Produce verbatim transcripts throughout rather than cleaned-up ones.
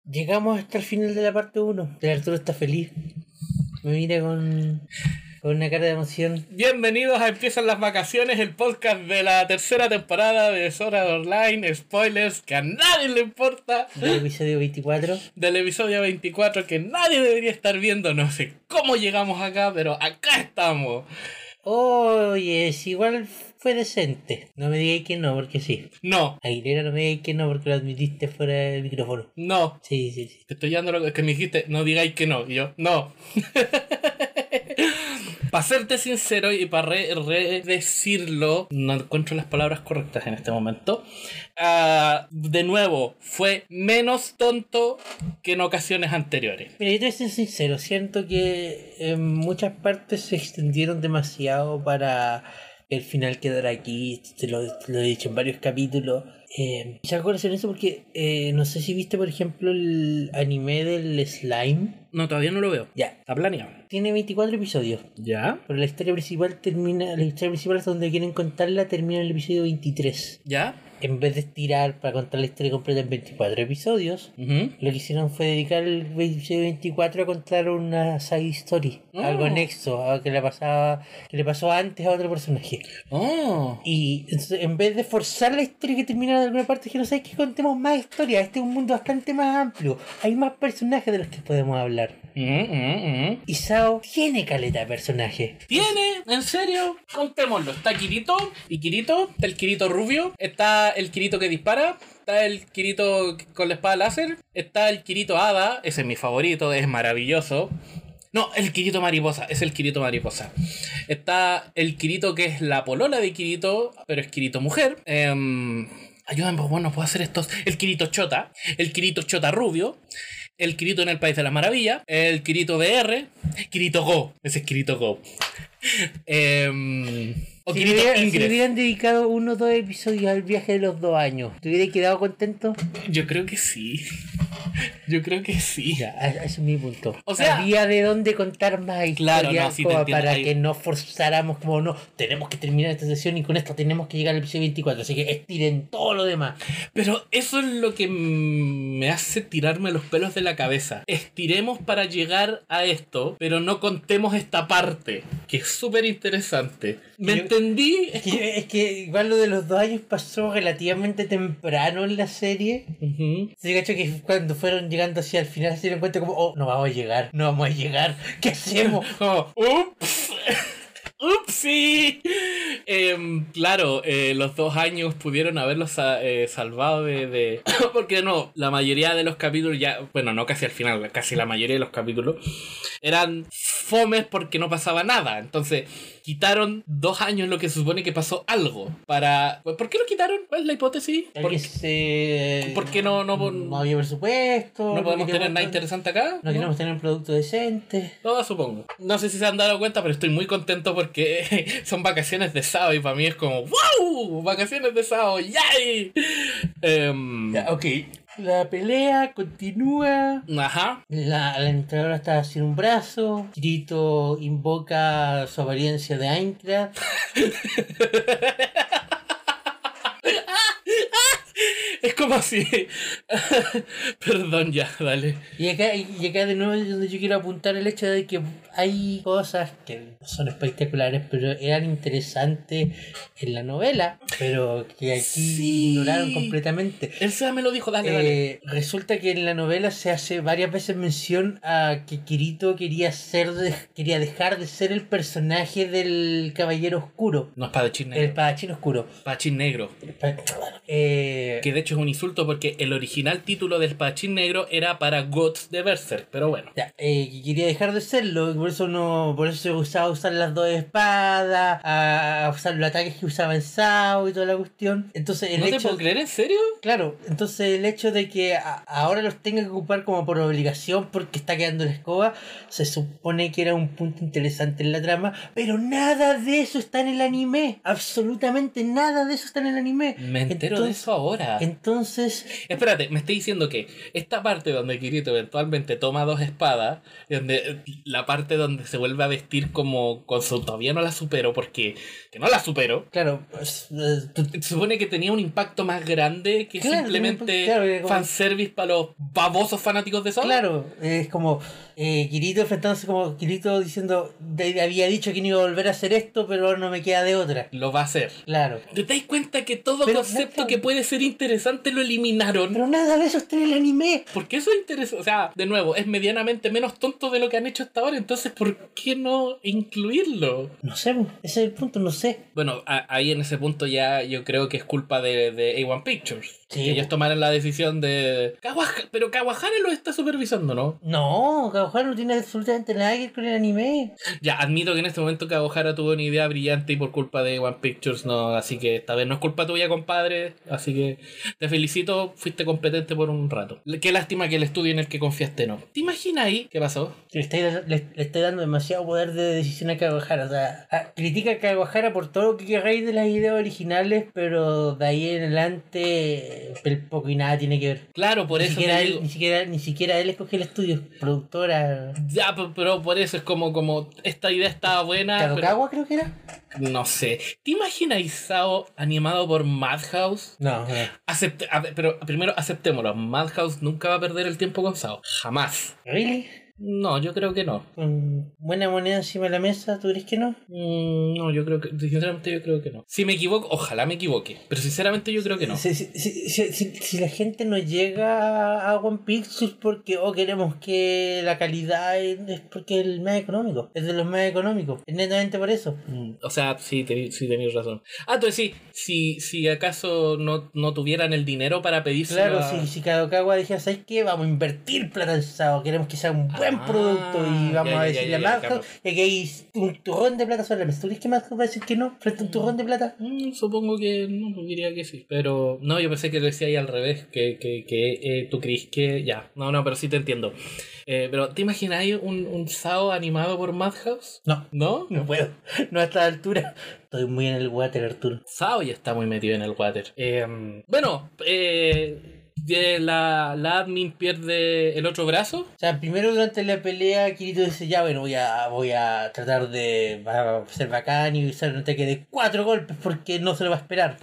Llegamos hasta el final de la parte uno. El Arturo está feliz. Me mira con, con una cara de emoción. Bienvenidos a Empiezan las Vacaciones, el podcast de la tercera temporada de Sword Art Online. Spoilers que a nadie le importa. Del episodio veinticuatro. Del episodio veinticuatro que nadie debería estar viendo. No sé cómo llegamos acá, pero acá estamos. Oye, es igual fue decente. No me digáis que no, porque sí. No. Aguilera, no me digáis que no, porque lo admitiste fuera del micrófono. No. Sí, sí, sí. Te estoy dando lo que me dijiste, no digáis que no. Y yo, no. Para serte sincero y para re-decirlo, no encuentro las palabras correctas en este momento. Uh, de nuevo, fue menos tonto que en ocasiones anteriores. Mira, yo te voy a ser sincero, siento que en muchas partes se extendieron demasiado para el final quedara aquí. Te lo, te lo he dicho en varios capítulos. Eh, ¿Se acuerdan de eso? Porque eh, no sé si viste, por ejemplo, el anime del slime. No, todavía no lo veo. Ya. Está planeado. Tiene veinticuatro episodios. Ya. Pero la historia principal termina. La historia principal, donde quieren contarla, termina en el episodio veintitrés. Ya. En vez de estirar para contar la historia completa en veinticuatro episodios, uh-huh. lo que hicieron fue dedicar el episodio veinticuatro a contar una side story, oh. algo anexo a que le pasaba, que le pasó antes a otro personaje. Oh. Y entonces, en vez de forzar la historia que terminara de alguna parte, que no sabes que contemos más historias. Este es un mundo bastante más amplio. Hay más personajes de los que podemos hablar. Uh-huh, uh-huh. Y Sao tiene caleta de personaje. ¿Tiene? ¿En serio? Contémoslo. Está Kirito. Y Kirito. Está el Kirito rubio. Está el Kirito que dispara. Está el Kirito con la espada láser. Está el Kirito hada. Ese es mi favorito. Es maravilloso. No, el Kirito mariposa. Es el Kirito mariposa. Está el Kirito que es la polola de Kirito. Pero es Kirito mujer. Eh... Ayúdame, bueno, puedo hacer estos. El Kirito chota. El Kirito chota rubio. El Kirito en el País de las Maravillas. El Kirito V R. Kirito Go. Ese es Kirito Go. eh, o si, Kirito hubiera, si Ingress. hubieran dedicado uno o dos episodios al viaje de los dos años, ¿te hubieras quedado contento? Yo creo que sí. Yo creo que sí. Ya, ese es mi punto. O sea, había de dónde contar más historias, claro, no, sí como te para Hay... que no forzáramos como no, tenemos que terminar esta sesión y con esto tenemos que llegar al episodio veinticuatro, así que estiren todo lo demás. Pero eso es lo que me hace tirarme los pelos de la cabeza. Estiremos para llegar a esto, pero no contemos esta parte, que es súper interesante. ¿Me Yo, entendí? Es que, es que igual lo de los dos años pasó relativamente temprano en la serie. Uh-huh. Se cacho que cuando fueron llegando hacia el final se dieron cuenta como, oh, no vamos a llegar, no vamos a llegar, ¿qué hacemos? Como, ups. ¡Upsi! Eh, claro, eh, los dos años pudieron haberlos eh, salvado de, de... Porque no, la mayoría de los capítulos ya... Bueno, no casi al final, casi la mayoría de los capítulos eran fomes porque no pasaba nada. Entonces, quitaron dos años en lo que se supone que pasó algo. Para... ¿Por qué lo quitaron? ¿Cuál es la hipótesis? ¿Por, que se... ¿Por qué no, no, no había presupuesto? ¿No podemos no tener nada interesante acá? No queremos tener un producto decente. No, supongo. No sé si se han dado cuenta, pero estoy muy contento porque son vacaciones de sábado y para mí es como ¡wow! Vacaciones de sábado, ¡yay! Um, ya, ok. La pelea continúa. Ajá. La, la entrenadora está sin un brazo. Kirito invoca su apariencia de Aincrad. Es como así. Perdón, ya, dale. Y acá, y acá de nuevo es donde yo quiero apuntar el hecho de que hay cosas que son espectaculares, pero eran interesantes en la novela, pero que aquí sí. ignoraron completamente. Él se me lo dijo, dale, eh, dale. Resulta que en la novela se hace varias veces mención a que Kirito quería ser de, quería dejar de ser el personaje del Caballero Oscuro. No, espadachín negro. El espadachín oscuro. Espadachín negro. Eh, que de hecho es un insulto porque el original título del espadachín negro era para Guts de Berserk, pero bueno. Ya, eh, que quería dejar de serlo, por eso no, por eso se usaba usar las dos espadas, a, a usar los ataques que usaba en Sao y toda la cuestión. Entonces el ¿No hecho, te puedo creer? ¿En serio? Claro, entonces el hecho de que a, ahora los tenga que ocupar como por obligación porque está quedando la escoba, se supone que era un punto interesante en la trama, pero nada de eso está en el anime, absolutamente nada de eso está en el anime. Me entero entonces, de eso ahora. Entonces entonces... Espérate, me estoy diciendo que esta parte donde Kirito eventualmente toma dos espadas, donde la parte donde se vuelve a vestir como con su... Todavía no la supero porque... Que no la supero. Claro, pues, eh, tú- Se supone que tenía un impacto más grande que Claro, simplemente tenía un impacto, claro, como- fanservice para los babosos fanáticos de Saw. claro, es como eh, Kirito enfrentándose como Kirito diciendo, de- había dicho que no iba a volver a hacer esto, pero ahora no me queda de otra. Lo va a hacer. Claro. ¿Te dais cuenta que todo Pero, concepto claro. que puede ser interesante lo eliminaron? Pero nada de eso está en el anime. Porque eso es interesante. O sea, de nuevo, es medianamente menos tonto de lo que han hecho hasta ahora. Entonces, ¿por qué no incluirlo? No sé, ese es el punto, no sé. Bueno, a- ahí en ese punto ya yo creo que es culpa de, de A uno Pictures. Sí, Que ellos po. tomaron la decisión de... Kawaha- pero Kawahara lo está supervisando, ¿no? No, Kawahara no tiene absolutamente nada que ver con el anime. Ya, admito que en este momento Kawahara tuvo una idea brillante y por culpa de A uno Pictures no. Así que esta vez no es culpa tuya, compadre. Así que te felicito, fuiste competente por un rato. Qué lástima que el estudio en el que confiaste no. ¿Te imaginas ahí qué pasó? Le estoy, le, le estoy dando demasiado poder de decisión a Kawahara. O sea, a- critica a Kawahara por todo lo que queráis de las ideas originales, pero de ahí en adelante el poco y nada tiene que ver. Claro, por ni eso siquiera te él, digo. ni siquiera Ni siquiera él escoge el estudio, productora. Ya, pe- pero por eso es como, como esta idea estaba buena. pero- Kadokawa creo que era. No sé. ¿Te imaginas Isao animado por Madhouse? No, no. Acepte- a ver, pero primero aceptémoslo. Madhouse nunca va a perder el tiempo con Sao. Jamás. ¿Really? No, yo creo que no. Con buena moneda encima de la mesa, ¿tú crees que no? Mm, no, yo creo que... Sinceramente yo creo que no. Si me equivoco, ojalá me equivoque. Pero sinceramente yo creo que no. Si, si, si, si, si- si la gente no llega a One Pictures porque oh, queremos que la calidad es, es porque es el más económico, es de los más económicos, es netamente por eso. Mm, O sea, sí, tení- sí tenéis razón. Ah, entonces sí, si, si acaso no, no tuvieran el dinero para pedirse. Claro, si, si Kadokawa dijera, ¿sabes qué? Vamos a invertir plata en Sao, queremos que sea un buen Ah, producto y vamos ya, a ya, decirle ya, a ya, Madhouse claro. y aquí hay un turrón de plata sobre la mesa. ¿Tú crees que Madhouse va a decir que no frente a un turrón de plata? Mm, supongo que no, pues diría que sí. Pero no, yo pensé que lo decía ahí al revés, que, que, que eh, tú crees que... Ya, no, no, pero sí te entiendo. Eh, pero ¿te imagináis un, un Sao animado por Madhouse? No, ¿No? no puedo, no a esta altura. Estoy muy en el water, Arturo. Sao ya está muy metido en el water. Eh, bueno, eh, de la, la admin pierde el otro brazo. O sea, primero durante la pelea Kirito dice, ya bueno, voy a, voy a tratar de va a ser bacán y usar un ataque de cuatro golpes porque no se lo va a esperar.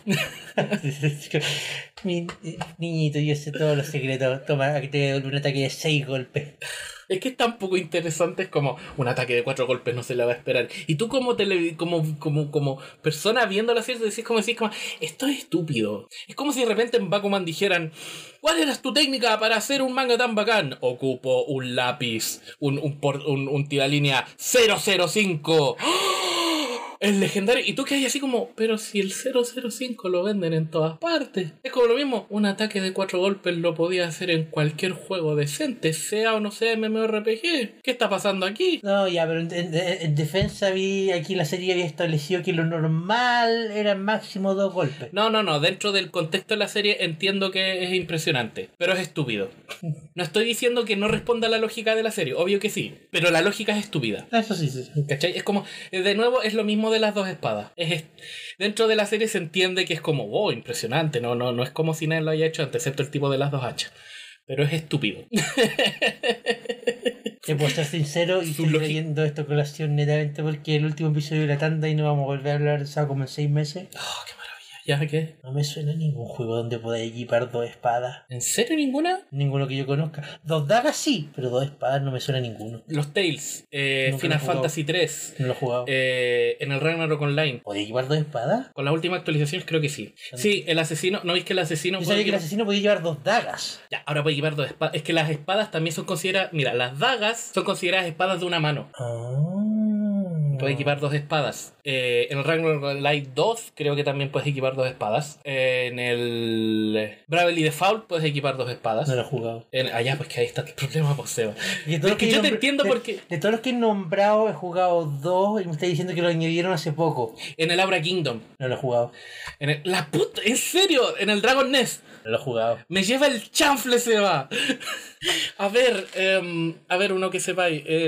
Mi niñito, yo sé todos los secretos. Toma, aquí te doy un ataque de seis golpes. Es que es tan poco interesante, es como un ataque de cuatro golpes no se la va a esperar. Y tú como tele, como, como, como persona viendo la serie decís como decís como esto es estúpido. Es como si de repente en Bakuman dijeran, ¿cuál era tu técnica para hacer un manga tan bacán? Ocupo un lápiz, un, un, por, un, un tiralínea cero cero cinco. Es legendario. Y tú que hay así como, pero si el cero cero cinco lo venden en todas partes. Es como lo mismo, un ataque de cuatro golpes lo podía hacer en cualquier juego decente, sea o no sea MMORPG. ¿Qué está pasando aquí? No, ya, pero en, en- en defensa vi aquí la serie había establecido que lo normal era máximo dos golpes. No, no, no. Dentro del contexto de la serie entiendo que es impresionante, pero es estúpido. No estoy diciendo que no responda a la lógica de la serie, obvio que sí, pero la lógica es estúpida. Eso sí, sí, sí. ¿Cachai? Es como, eh, de nuevo, es lo mismo de las dos espadas. Es, es- dentro de la serie se entiende que es como, wow, impresionante. No, no, no es como si nadie lo haya hecho antes, excepto el tipo de las dos hachas. Pero es estúpido. Te puedo ser sincero y Su estoy lógica- trayendo esto a colación netamente porque el último episodio de la tanda y no vamos a volver a hablar de eso como en seis meses. Oh, qué maravilla. ¿Ya qué? No me suena ningún juego donde podáis equipar dos espadas. ¿En serio ninguna? Ninguno que yo conozca. Dos dagas sí, pero dos espadas no me suena ninguno. Los Tales, eh, Nunca Final lo he jugado. Fantasy tres, No lo he jugado. eh, en el Ragnarok Online. ¿Podéis equipar dos espadas? Con las últimas actualizaciones creo que sí. Sí, el asesino, ¿no veis que el asesino... Yo puede sabía que el equipar- asesino podía llevar dos dagas. Ya, ahora puede equipar dos espadas. Es que las espadas también son consideradas... Mira, las dagas son consideradas espadas de una mano. Ah. Puedes equipar dos espadas. Eh, en el Ragnarok Online dos creo que también puedes equipar dos espadas. Eh, en el Bravely Default puedes equipar dos espadas. No lo he jugado. En, allá, pues que ahí está el problema, pues Seba. Y de Es todos los que yo te he nombr- entiendo de- porque... De todos los que he nombrado, he jugado dos y me está diciendo que lo añadieron hace poco. En el Aura Kingdom. No lo he jugado. En el, la puta, en serio, en el Dragon Nest. No lo he jugado. Me lleva el chanfle, se va. A ver, eh, a ver, uno que sepáis. En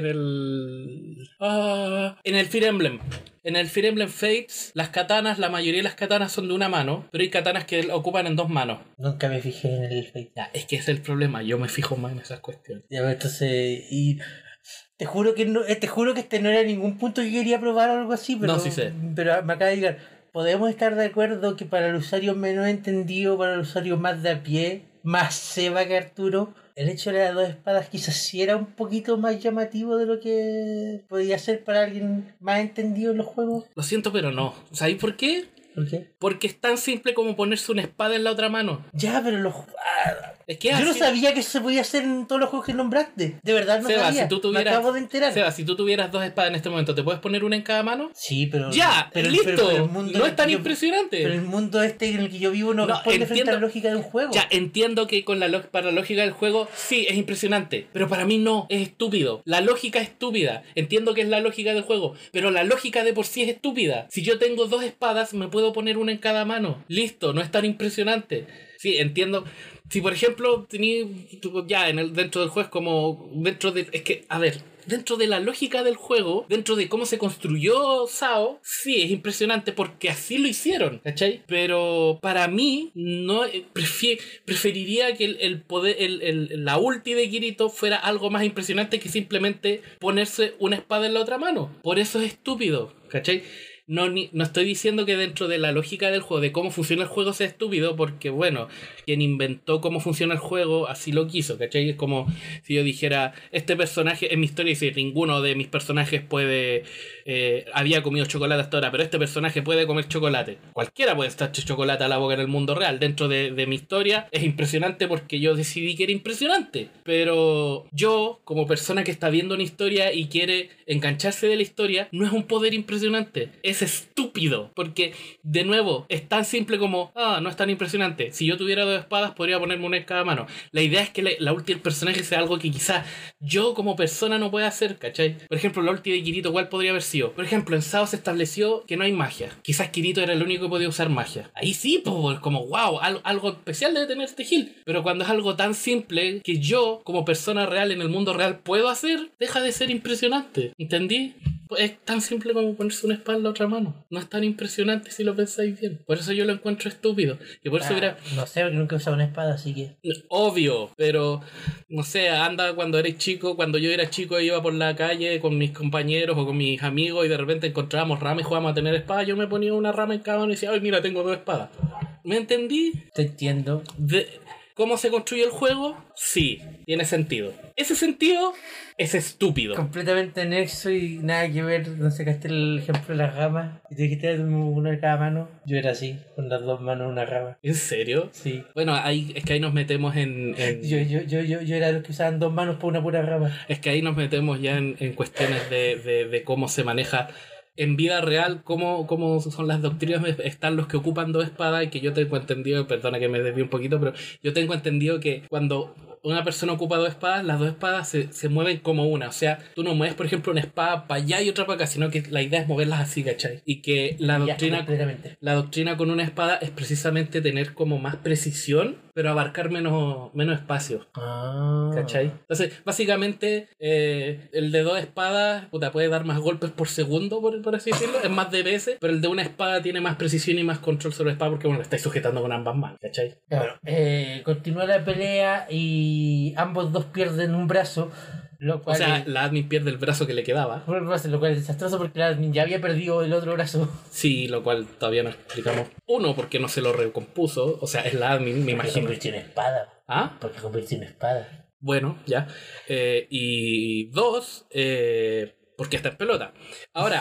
el. Ah, en el Fire Emblem. En el Fire Emblem Fates, las katanas, la mayoría de las katanas son de una mano, pero hay katanas que ocupan en dos manos. Nunca me fijé en el Fate. Ya, es que ese es el problema, yo me fijo más en esas cuestiones. Ya, pues, entonces. Y. Te juro que no, te juro que este no era ningún punto que quería probar o algo así, pero. No, sí sé. Pero me acaba de llegar. Podemos estar de acuerdo que para el usuario menos entendido, para el usuario más de a pie, más Seba que Arturo, el hecho de las dos espadas quizás sí era un poquito más llamativo de lo que podía ser para alguien más entendido en los juegos. Lo siento, pero no. ¿Sabéis por qué? ¿Por qué? Porque es tan simple como ponerse una espada en la otra mano. Ya, pero los... Ah, es que yo así... no sabía que eso se podía hacer en todos los juegos que nombraste. De verdad no Seba, sabía. si tú tuvieras... Me acabo de enterar. Seba, si tú tuvieras dos espadas en este momento, ¿te puedes poner una en cada mano? Sí, pero... ¡Ya! pero, ¡Listo! Pero, pero el mundo no es tan yo, impresionante. Pero el mundo este en el que yo vivo no, no responde entiendo, frente a la lógica de un juego. Ya, entiendo que con la para la lógica del juego, sí, es impresionante. Pero para mí no, es estúpido. La lógica es estúpida. Entiendo que es la lógica del juego, pero la lógica de por sí es estúpida. Si yo tengo dos espadas, me puedo poner una en cada mano. Listo, no es tan impresionante. Sí, entiendo. Si por ejemplo tenía ya en el dentro del juego es como dentro de es que a ver, dentro de la lógica del juego, dentro de cómo se construyó S A O, sí es impresionante porque así lo hicieron, ¿cachai? Pero para mí no prefier, preferiría que el, el poder el, el, la ulti de Kirito fuera algo más impresionante que simplemente ponerse una espada en la otra mano. Por eso es estúpido, ¿cachai? No, ni, no estoy diciendo que dentro de la lógica del juego, de cómo funciona el juego, sea estúpido, porque bueno, quien inventó cómo funciona el juego así lo quiso, ¿cachai? Es como si yo dijera, este personaje en mi historia dice, ninguno de mis personajes puede, eh, había comido chocolate hasta ahora, pero este personaje puede comer chocolate. Cualquiera puede estar chocolate a la boca en el mundo real. Dentro de, de mi historia es impresionante porque yo decidí que era impresionante, pero yo, como persona que está viendo una historia y quiere engancharse de la historia, no es un poder impresionante, es estúpido, porque de nuevo es tan simple como ah, no es tan impresionante. Si yo tuviera dos espadas podría ponerme una en cada mano. La idea es que la, la ulti del personaje sea algo que quizás yo como persona no pueda hacer, ¿cachai? Por ejemplo, la ulti de Kirito, ¿cuál podría haber sido? Por ejemplo, en S A O se estableció que no hay magia. Quizás Kirito era el único que podía usar magia. Ahí sí, pues como wow, algo, algo especial debe tener este heal. Pero cuando es algo tan simple que yo como persona real en el mundo real puedo hacer, deja de ser impresionante. ¿Entendí? Es tan simple como ponerse una espada en la otra mano. No es tan impresionante si lo pensáis bien. Por eso yo lo encuentro estúpido. Y por eso ah, hubiera... No sé, porque nunca he usado una espada, así que... Obvio, pero... No sé, anda cuando eres chico. Cuando yo era chico iba por la calle con mis compañeros o con mis amigos y de repente encontrábamos ramas y jugábamos a tener espada. Yo me ponía una rama en cada mano y decía, ay, mira, tengo dos espadas. ¿Me entendí? Te entiendo. De... ¿Cómo se construye el juego? Sí, tiene sentido. Ese sentido es estúpido. Completamente anexo y nada que ver. No sacaste el ejemplo de las ramas y te dijiste uno de cada mano. Yo era así, con las dos manos una rama. ¿En serio? Sí. Bueno, ahí, es que ahí nos metemos en... en... Yo, yo, yo, yo, yo era los que usaban dos manos por una pura rama. Es que ahí nos metemos ya en, en cuestiones de, de, de cómo se maneja... En vida real, ¿cómo, cómo son las doctrinas? Están los que ocupan dos espadas y que yo tengo entendido, perdona que me desvío un poquito, pero yo tengo entendido que cuando una persona ocupa dos espadas, las dos espadas se, se mueven como una. O sea, tú no mueves, por ejemplo, una espada para allá y otra para acá, sino que la idea es moverlas así, ¿cachai? Y que la doctrina, ya, la doctrina con una espada es precisamente tener como más precisión, pero abarcar menos, menos espacio. Ah. ¿Cachai? Entonces, básicamente, eh, el de dos espadas, puta, puede dar más golpes por segundo, por, por así decirlo, es más D P S, pero el de una espada tiene más precisión y más control sobre la espada porque, bueno, la estáis sujetando con ambas manos, ¿cachai? Bueno, eh, continúa la pelea y ambos dos pierden un brazo. Lo cual o sea, es... la admin pierde el brazo que le quedaba. Lo cual es desastroso porque la admin ya había perdido el otro brazo. Sí, lo cual todavía no explicamos. Uno, porque no se lo recompuso. O sea, es la admin, me imagino. Porque convirtió en espada. ¿Ah? Porque convirtió en espada. Bueno, ya. Eh, y dos, eh, porque está en pelota. Ahora...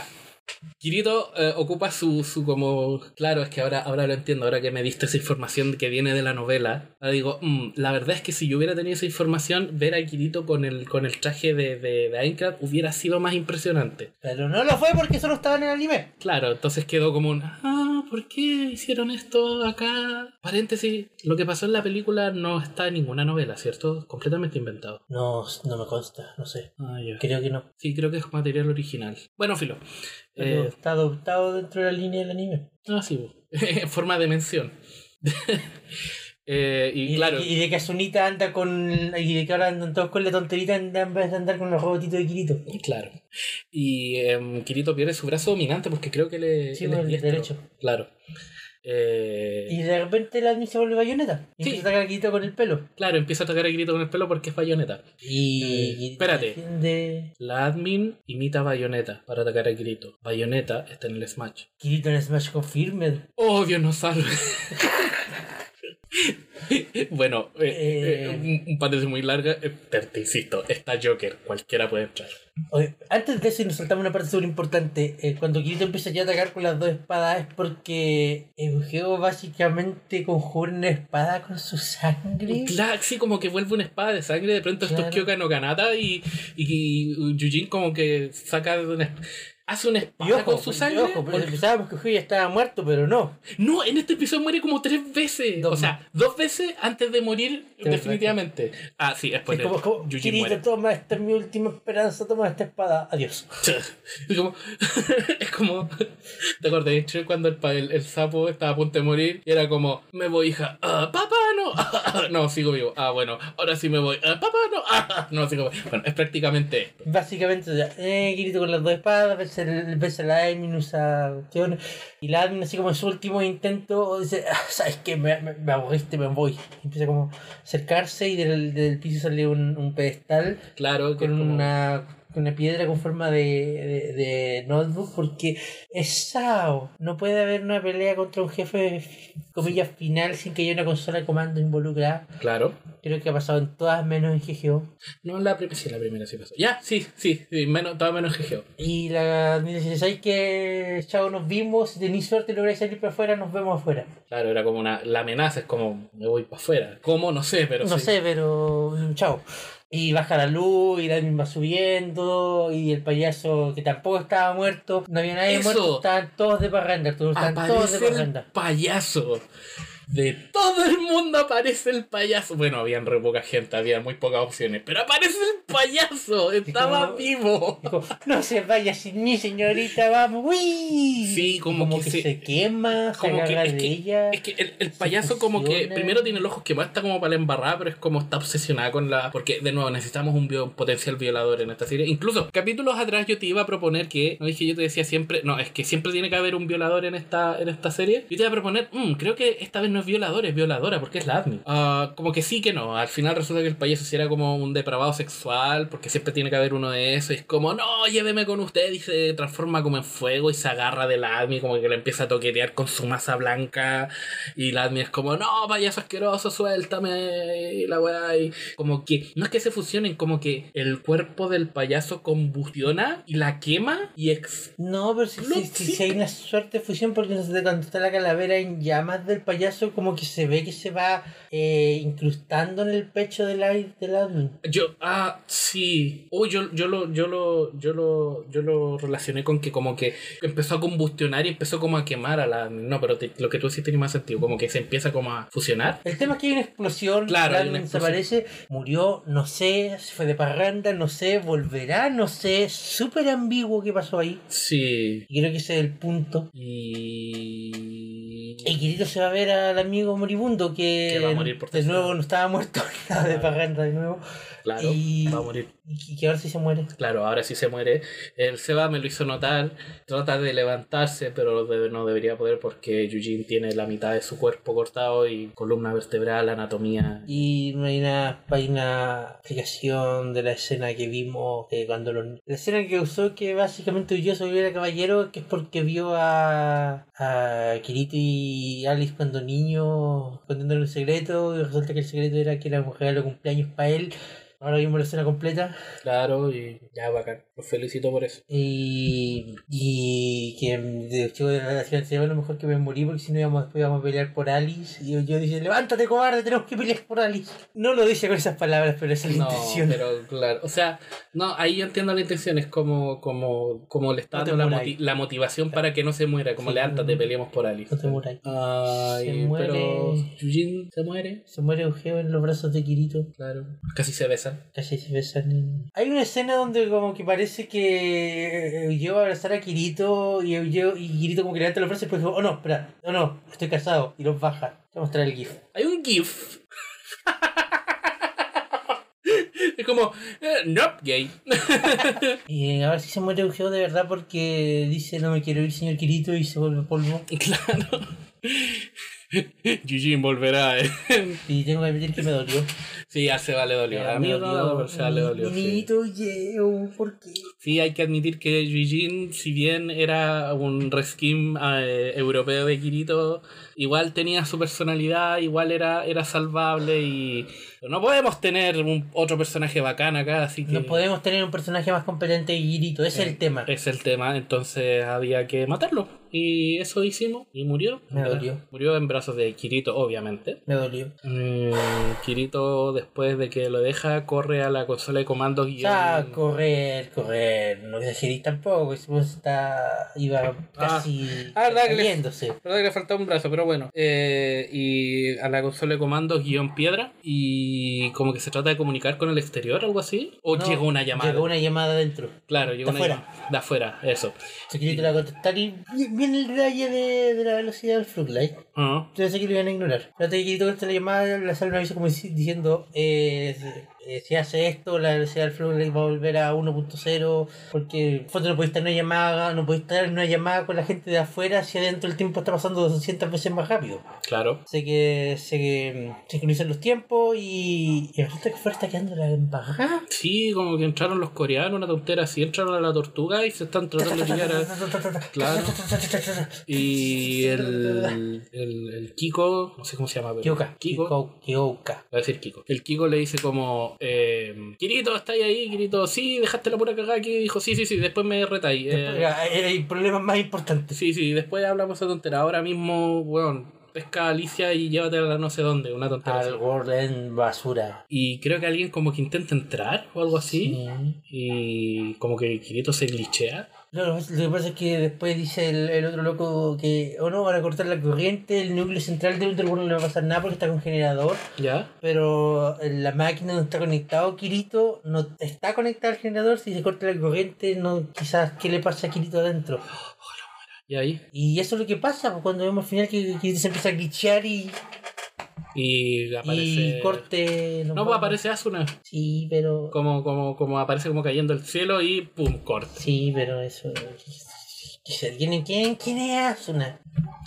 Kirito eh, ocupa su, su como... Claro, es que ahora, ahora lo entiendo, ahora que me diste esa información que viene de la novela. Ahora digo, mmm, la verdad es que si yo hubiera tenido esa información, ver a Kirito con el, con el traje de, de, de Aincrad hubiera sido más impresionante. Pero no lo fue porque solo estaba en el anime. Claro, entonces quedó como un... Ah, ¿por qué hicieron esto acá? Paréntesis, lo que pasó en la película no está en ninguna novela, ¿cierto? Completamente inventado. No, no me consta, no sé. Ah, ya. Creo que no. Sí, creo que es material original. Bueno, filo. Pero Eh, está adoptado dentro de la línea del anime. Ah, sí, en forma de mención. Eh, y, Y, claro. y, y de que Asunita anda con. Y de que ahora andan todos con la tonterita en vez de andar con los robotitos de Kirito. Claro. Y eh, Kirito pierde su brazo dominante porque creo que le. Sí, pues, el derecho. Claro. Eh... Y de repente la Admin se vuelve Bayonetta. Y sí. empieza a atacar a Kirito con el pelo. Claro, empieza a atacar a Kirito con el pelo porque es Bayonetta. Y. Eh, y espérate. De... La Admin imita a Bayonetta para atacar a Kirito. Bayonetta está en el Smash. Kirito en Smash Confirmed. Oh, Dios nos salve. Bueno, eh, eh, Eh. un, un paréntesis muy larga, eh, pero te insisto, está Joker, cualquiera puede entrar. Oye, antes de eso, y nos saltamos una parte súper importante. Eh, cuando Kirito empieza ya a atacar con las dos espadas es porque Eugeo básicamente conjura una espada con su sangre. Claro, sí, como que vuelve una espada de sangre, de pronto Claro. esto es Kyoka no Kanata y, y, y Yujin como que saca de una, hace una Y espada ojo, con su y sangre. ojo, porque- pensábamos que Eugeo ya estaba muerto, pero no. No, en este episodio muere como tres veces. Dos o sea, dos veces antes de morir Tres definitivamente. Ah, sí, Es spoiler. como, como Yujin Kirito, muere. toma, esta es mi última esperanza, toma esta espada, adiós. Es como, es como, ¿te acordás de hecho cuando el, pa- el, el sapo estaba a punto de morir? Y era como, me voy, hija, ah, papá, no, no, sigo vivo, ah, bueno, ahora sí me voy, ah, papá, no, ah, no, sigo vivo. Bueno, es prácticamente esto. Básicamente, ya, eh, Kirito con las dos espadas, vence, el, vence a la Admin, usa cuestiones, y la Admin, así como en su último intento, dice, ah, ¿sabes qué? Me, me, me aburriste, me voy. Y empieza como a acercarse y del, del piso sale un, un pedestal Claro, que con es como- una, con una piedra con forma de, de, de notebook, porque es Sao. No puede haber una pelea contra un jefe, comillas, final sin que haya una consola de comando involucrada. Claro. Creo que ha pasado en todas menos en G G O. No, la primera, sí, la primera sí pasó. Ya, sí, sí, sí menos, todo menos G G O. Y la dice, ¿sabes que chao, nos vimos? Si tenéis suerte y lográis salir para afuera, nos vemos afuera. Claro, era como una, la amenaza es como, me voy para afuera. ¿Cómo? No sé, pero No sí. sé, pero chao. Y baja la luz, y la Admin va subiendo, y el payaso que tampoco estaba muerto, no había nadie Eso. muerto, estaban todos de parranda, todos estaban todos de Aparece el parranda. payaso. De todo el mundo aparece el payaso. Bueno, habían re poca gente, había muy pocas opciones. Pero aparece el payaso. Estaba como- vivo. Dijo, no se vaya sin mí, señorita, vamos. ¡Uy! Sí, como como que que, se- se, quema, se Como que, agarra es, de que, ella. es que el, el se payaso como que fusiona. primero tiene los ojos quemados, está como para la embarrada, pero es como está obsesionada con la... Porque de nuevo necesitamos un bio- potencial violador en esta serie. Incluso capítulos atrás yo te iba a proponer que, no dije, yo te decía siempre, no, es que siempre tiene que haber un violador en esta, en esta serie. Yo te iba a proponer, "Mm, creo que esta vez no es violador, es violadora porque es la Admin. Ah, como que sí que no, al final resulta que el payaso sí era como un depravado sexual, porque siempre tiene que haber uno de esos, y es como, no, lléveme con usted, y se transforma como en fuego y se agarra de la Admin, como que le empieza a toquetear con su masa blanca, y la Admin es como, no, payaso asqueroso, suéltame, y la weá, y como que, no es que se fusionen, como que el cuerpo del payaso combustiona y la quema y ex... No, pero si, Lo- si, si- sí. si hay una suerte de fusión, porque desde cuando está la calavera en llamas del payaso, como que se ve que se va eh, incrustando en el pecho del la, del Admin. Yo, ah, sí. Uy, yo, yo lo, yo lo, yo lo, yo lo relacioné con que como que empezó a combustionar y empezó como a quemar a la. No, pero te- lo que tú decís tiene más sentido, como que se empieza como a fusionar. El tema es que hay una explosión, Claro, la hay una Admin explosión. desaparece, murió, no sé, se fue de parranda, no sé, volverá, no sé, súper ambiguo qué pasó ahí. Sí. Y creo que ese es el punto. Y. Y Kirito se va a ver al amigo moribundo que, Que va a morir por de tercera nuevo vez. no estaba muerto, estaba de parranda de nuevo. Claro, y, va a morir. y que ahora sí se muere. Claro, ahora sí se muere. El Seba me lo hizo notar. Trata de levantarse, pero de- no debería poder porque Yujin tiene la mitad de su cuerpo cortado y columna vertebral, anatomía. Y no hay una, hay una explicación de la escena que vimos que cuando los, la escena que usó que básicamente huyó sobre el caballero, que es porque vio a, a Kirito y Alice cuando niño contándole un secreto y resulta que el secreto era que era un regalo de cumpleaños para él. Ahora vimos la escena completa. Claro, y ya bacán. Los felicito por eso. Y, y que de chico de la ciudad se ve lo mejor que me morí porque si no íbamos, después íbamos a pelear por Alice. Y yo, yo dice, levántate cobarde, tenemos que pelear por Alice. No lo dice con esas palabras, pero esa es la No, intención. pero claro, o sea, no, ahí yo entiendo la intención, es como, como, como le está No te dando la, muráis. moti- la motivación para que no se muera, como Sí, levántate, no- peleemos por Alice. No te muráis. Ay, Se muere. pero Yujin se muere, Se muere Eugeo en los brazos de Kirito. claro, casi se besan. Casi se besan en... Hay una escena donde como que parece que Eugeo va a abrazar a Kirito y Eugeo y Kirito como que levanta los brazos y después dijo, oh no, espera, oh no, estoy casado. Y los baja. Te voy a mostrar el GIF. Hay un GIF. Es como, eh, nope, gay. Y ahora sí se muere Eugeo de verdad porque dice no me quiero ir, señor Kirito, y se vuelve polvo. Claro. Eugene volverá, eh. Y tengo que admitir que me dolió. Sí, ya se va, le dolió. A mí no, no, pero se va, le dolió. Niñito, Eugeo, ¿por qué? Sí, hay que admitir que Eugene, si bien era un reskin eh, europeo de Kirito, igual tenía su personalidad, igual era, era salvable y no podemos tener un otro personaje bacán acá, así que... No podemos tener un personaje más competente que Kirito, ese es el tema. Es el tema, entonces había que matarlo. Y eso hicimos, y murió. Me dolió. Murió en brazos de Kirito, obviamente. Me dolió. Mm, Kirito, después de que lo deja, corre a la consola de comandos y... O sea, correr, correr, no exageréis tampoco, está, iba casi ah, cayéndose. Verdad que le faltaba un brazo, pero bueno. Eh, y a la consola de comandos guión piedra, y como que se trata de comunicar con el exterior, algo así. O No, llegó una llamada. Llegó una llamada adentro. Claro, llegó de una afuera. llamada. De afuera, eso. Se Kirito la va a contestar y viene el rayo de, de la velocidad del Fluglight. Uh-huh. Yo pensé que lo iban a ignorar. Pero te Kirito contesta la llamada, la sala me avisa como diciendo eh, eh, si hace esto, la velocidad del Fluglight va a volver a uno punto cero, porque foto no puede estar en una llamada, no puede estar en una llamada con la gente de afuera si adentro el tiempo está pasando doscientas veces más rápido. Claro. Sé que se sincronizan los tiempos y, y resulta que fuera está quedando la embajada. Sí, como que entraron los coreanos, una tontera así, entraron a la tortuga y se están tratando de llegar a... Claro. Y el, el, el Kiko, no sé cómo se llama, pero... Kyoka. Kiko. Kyoka. Va a decir Kiko. El Kiko le dice como, eh, Kirito, ¿estáis ahí? Kirito, sí, dejaste la pura cagada aquí. Dijo, sí, sí, sí, después me retáis. Eh, Hay problemas más importantes. sí, sí, después hablamos de tontera. Ahora mismo, weón, pesca a Alicia y llévatela a no sé dónde, una tontera. Al World End basura. Y creo que alguien como que intenta entrar o algo así. Sí. Y como que Kirito se glitchea. No, lo que pasa es que después dice el, el otro loco que, o oh, no, van a cortar la corriente, el núcleo central del World no le va a pasar nada porque está con generador. ¿Ya? Pero la máquina no está conectado, Kirito no está conectado al generador. Si se corta la corriente, no, quizás qué le pasa a Kirito adentro. ¿Y ahí? Y eso es lo que pasa pues, cuando vemos al final que Kirito se empieza a glitchear y... Y aparece... Y corte... No, pues aparece Asuna. Sí, pero... Como, como, como aparece como cayendo el cielo y pum, corte. Sí, pero eso... ¿Quién, quién, quién es Asuna?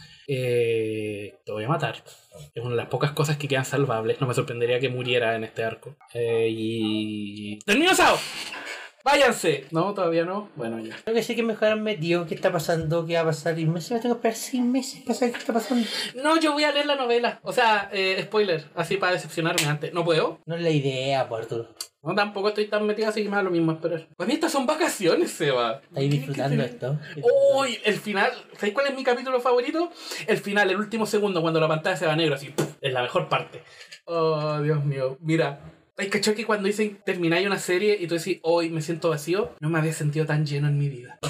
Eh, te voy a matar. Es una de las pocas cosas que quedan salvables. No me sorprendería que muriera en este arco. Eh, y... ¡Termino, Sao! ¡Váyanse! No, todavía no. Bueno, ya. Creo que sé que mejor han metido qué está pasando, qué va a pasar. Y me tengo que esperar seis meses para saber qué está pasando. No, yo voy a leer la novela. O sea, eh, spoiler. Así para decepcionarme antes. ¿No puedo? No es la idea, pues, Arturo. No, tampoco estoy tan metido, así que me da lo mismo esperar. Para mí estas son vacaciones, Seba. ¿Estáis disfrutando esto? Uy, el final. ¿Sabéis cuál es mi capítulo favorito? El final, el último segundo, cuando la pantalla se va negro, así. ¡Puf! Es la mejor parte. Oh, Dios mío. Mira. Hay cachó que cuando dicen termináis una serie y tú decís, hoy me siento vacío, no me había sentido tan lleno en mi vida.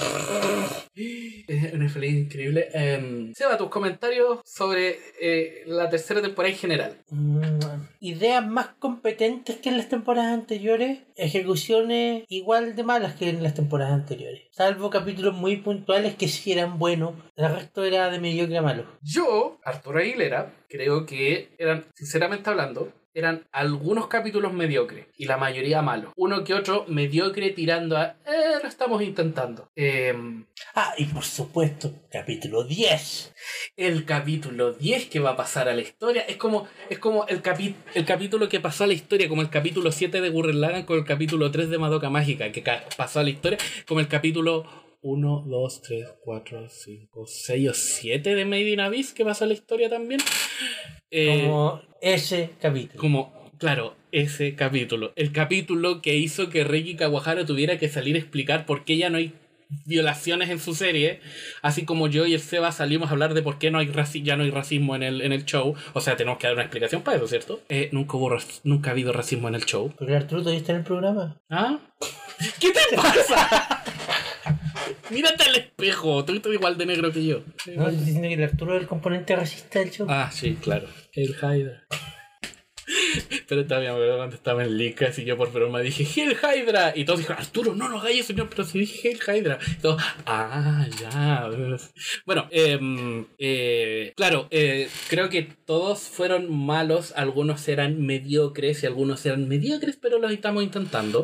Es una felicidad increíble. Um, Seba, tus comentarios sobre eh, la tercera temporada en general. Mm, ideas más competentes que en las temporadas anteriores, ejecuciones igual de malas que en las temporadas anteriores. Salvo capítulos muy puntuales que sí eran buenos, el resto era de mediocre a malo. Yo, Arturo Aguilera, creo que eran, sinceramente hablando, eran algunos capítulos mediocres y la mayoría malos. Uno que otro mediocre tirando a... Eh, lo estamos intentando. Eh, ah, y por supuesto, capítulo diez. El capítulo diez que va a pasar a la historia. Es como, es como el, capi- el capítulo que pasó a la historia, como el capítulo siete de Gurren Lagann con el capítulo tres de Madoka Mágica, que ca- pasó a la historia, como el capítulo uno, dos, tres, cuatro, cinco, seis o siete de Made in Abyss que pasó a la historia también. Eh, como ese capítulo. Como, claro, ese capítulo. El capítulo que hizo que Reiki Kawahara tuviera que salir a explicar por qué ya no hay violaciones en su serie, así como yo y el Seba salimos a hablar de por qué no hay raci- ya no hay racismo en el, en el show. O sea, tenemos que dar una explicación para eso, ¿cierto? Eh, nunca hubo rac- nunca ha habido racismo en el show. Porque Arturo todavía está en el programa. ¿Ah? ¿Qué te pasa? Mírate al espejo, tú estás igual de negro que yo. No, estoy diciendo que el Arturo es el componente racista del show. Ah, sí, claro. El Hydra. Pero también me acuerdo cuando estaba en Licas y yo por broma dije Hail Hydra. Y todos dijeron, Arturo, no lo hagas eso, señor, pero si dije Hail Hydra. Y todos, ah, ya. Bueno, eh, eh, claro, eh, creo que todos fueron malos. Algunos eran mediocres y algunos eran mediocres, pero los estamos intentando.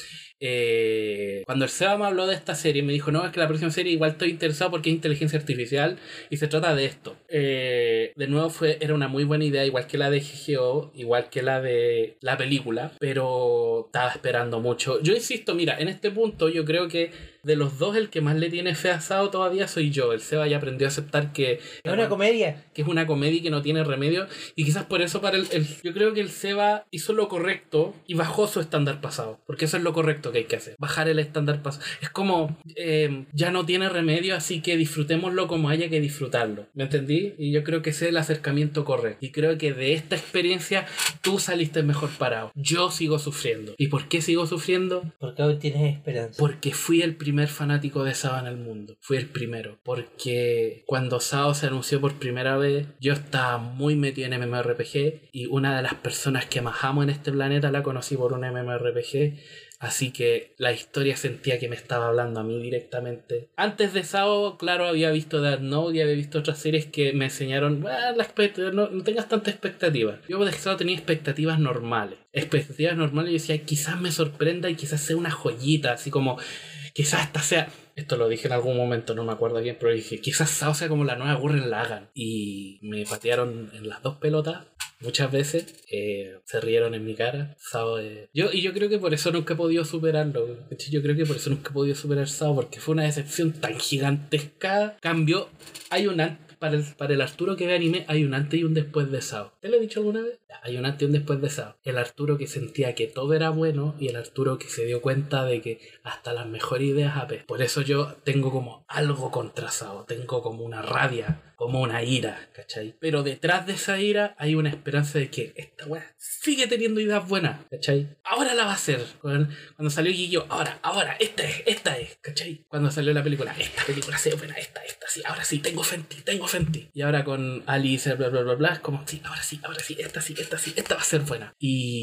Eh, cuando el Seba me habló de esta serie me dijo, no, es que la próxima serie igual estoy interesado porque es inteligencia artificial y se trata de esto. Eh, de nuevo fue, era una muy buena idea, igual que la de G G O, igual que la de la película, pero estaba esperando mucho. Yo insisto, mira, en este punto yo creo que de los dos el que más le tiene fe a Sao todavía soy yo. El Seba ya aprendió a aceptar que es una comedia, que es una comedia y que no tiene remedio, y quizás por eso para el, el yo creo que el Seba hizo lo correcto y bajó su estándar pasado, porque eso es lo correcto que hay que hacer, bajar el estándar pasado. Es como eh, ya no tiene remedio, así que disfrutémoslo como haya que disfrutarlo, ¿me entendí? Y yo creo que ese es el acercamiento correcto, y creo que de esta experiencia tú saliste mejor parado. Yo sigo sufriendo. ¿Y por qué sigo sufriendo? Porque aún tienes esperanza. Porque fui el primer fanático de Sao en el mundo. Fui el primero. Porque cuando Sao se anunció por primera vez, yo estaba muy metido en MMORPG y una de las personas que más amo en este planeta la conocí por un MMORPG. Así que la historia sentía que me estaba hablando a mí directamente. Antes de Sao, claro, había visto Death Note y había visto otras series que me enseñaron, ah, la no, no tengas tanta expectativa. Yo de Sao tenía expectativas normales. Expectativas normales y decía, quizás me sorprenda y quizás sea una joyita, así como, quizás hasta sea... Esto lo dije en algún momento, no me acuerdo bien, pero dije, quizás Sao sea como la nueva Gurren Lagann. Y me patearon en las dos pelotas. Muchas veces eh, se rieron en mi cara. Sao, eh... yo, y yo creo que por eso nunca he podido superarlo. Yo creo que por eso nunca he podido superar Sao, porque fue una decepción tan gigantesca. Cambió. Hay un antes. Para el, para el Arturo que ve anime, hay un antes y un después de Sao. ¿Te lo he dicho alguna vez? Hay un antes y un después de Sao. El Arturo que sentía que todo era bueno y el Arturo que se dio cuenta de que hasta las mejores ideas apes. Por eso yo tengo como algo contra Sao. Tengo como una rabia, como una ira, ¿cachai? Pero detrás de esa ira hay una esperanza de que esta weá sigue teniendo ideas buenas, ¿cachai? Ahora la va a hacer. Cuando salió Guillo, ahora, ahora, esta es, esta es, ¿cachai? Cuando salió la película, esta película se buena, esta, esta, sí, ahora sí, tengo fe en ti, tengo fe en ti. Y ahora con Alice, bla, bla, bla, bla, es como, sí, ahora sí, ahora sí, esta sí, esta sí, esta va a ser buena.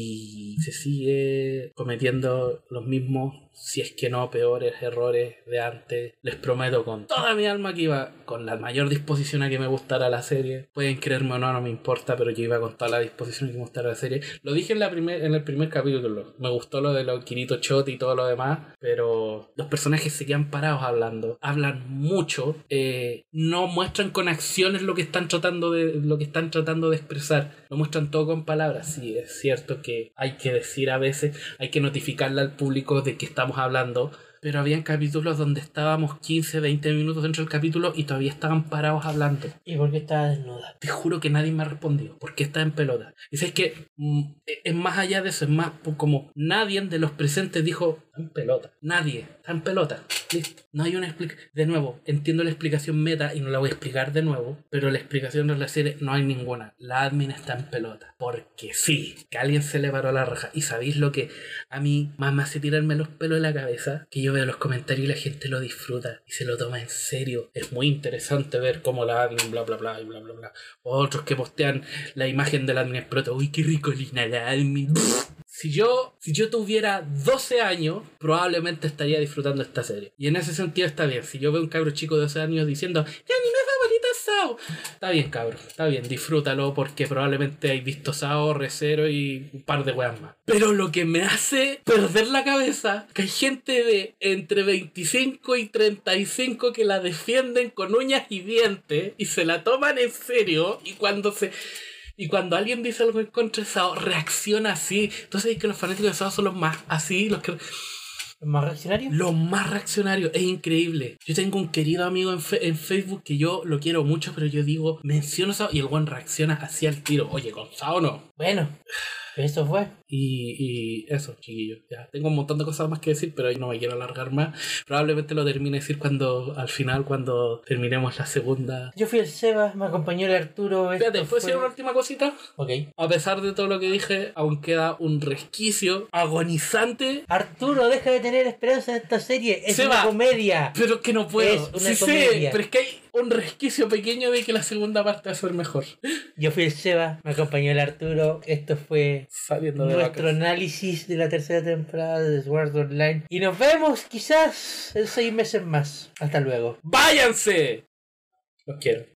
Y se sigue cometiendo los mismos, si es que no peores errores de antes. Les prometo con toda mi alma que iba con la mayor disposición a que me gustara la serie. Pueden creerme o no, no me importa, pero yo iba con toda la disposición a que me gustara la serie. Lo dije en, la primer, en el primer capítulo. Me gustó lo de los Kirito Shot y todo lo demás, pero los personajes se quedan parados hablando. Hablan mucho. Eh, no muestran con acciones lo que están tratando de, lo que están tratando de expresar. Lo muestran todo con palabras. Sí, es cierto que hay que decir a veces, hay que notificarle al público de que estamos hablando, pero habían capítulos donde estábamos quince, veinte minutos dentro del capítulo y todavía estaban parados hablando. ¿Y por qué estaba desnuda? Te juro que nadie me ha respondido. ¿Por qué está en pelota? Y es que mm, es más allá de eso, es más como nadie de los presentes dijo, está en pelota. Nadie, está en pelota. Listo. No hay una explicación. De nuevo, entiendo la explicación meta y no la voy a explicar de nuevo, pero la explicación de la serie no hay ninguna. La admin está en pelota. Porque sí, que alguien se le paró la raja. Y sabéis lo que a mí más me hace tirarme los pelos de la cabeza, que yo veo los comentarios y la gente lo disfruta y se lo toma en serio. Es muy interesante ver cómo la admin bla bla bla y bla bla bla. Otros que postean la imagen de la admin explota. Uy, qué ricolina la admin. Si yo, si yo tuviera doce años, probablemente estaría disfrutando esta serie. Y en ese sentido está bien. Si yo veo un cabro chico de doce años diciendo ¡qué anime favorito es Sao! Está bien, cabro. Está bien, disfrútalo porque probablemente hay visto Sao, Re:Zero y un par de weas más. Pero lo que me hace perder la cabeza, que hay gente de entre veinticinco y treinta y cinco que la defienden con uñas y dientes y se la toman en serio, y cuando se... Y cuando alguien dice algo en contra de Sao, reacciona así. Entonces es que los fanáticos de Sao son los más así, los que... ¿Los más reaccionarios? Los más reaccionarios, es increíble. Yo tengo un querido amigo en, fe- en Facebook que yo lo quiero mucho, pero yo digo, menciono Sao y el one reacciona así al tiro. Oye, con Sao no. Bueno, eso fue. Y, y eso, chiquillos. Ya, tengo un montón de cosas más que decir, pero no me quiero alargar más. Probablemente lo termine de decir cuando, al final, cuando terminemos la segunda. Yo fui el Seba, me acompañó el Arturo. Espérate, ¿puedo fue... decir una última cosita? Ok. A pesar de todo lo que dije, aún queda un resquicio agonizante. Arturo, deja de tener esperanza en esta serie. Es Seba, una comedia. Pero es que no puedo. Es una Sí comedia. sé, pero es que hay un resquicio pequeño de que la segunda parte va a ser mejor. Yo fui el Seba, me acompañó el Arturo. Esto fue Saliendo de nuestro vacas. análisis de la tercera temporada de Sword Art Online. Y nos vemos quizás en seis meses más. Hasta luego. ¡Váyanse! Los quiero.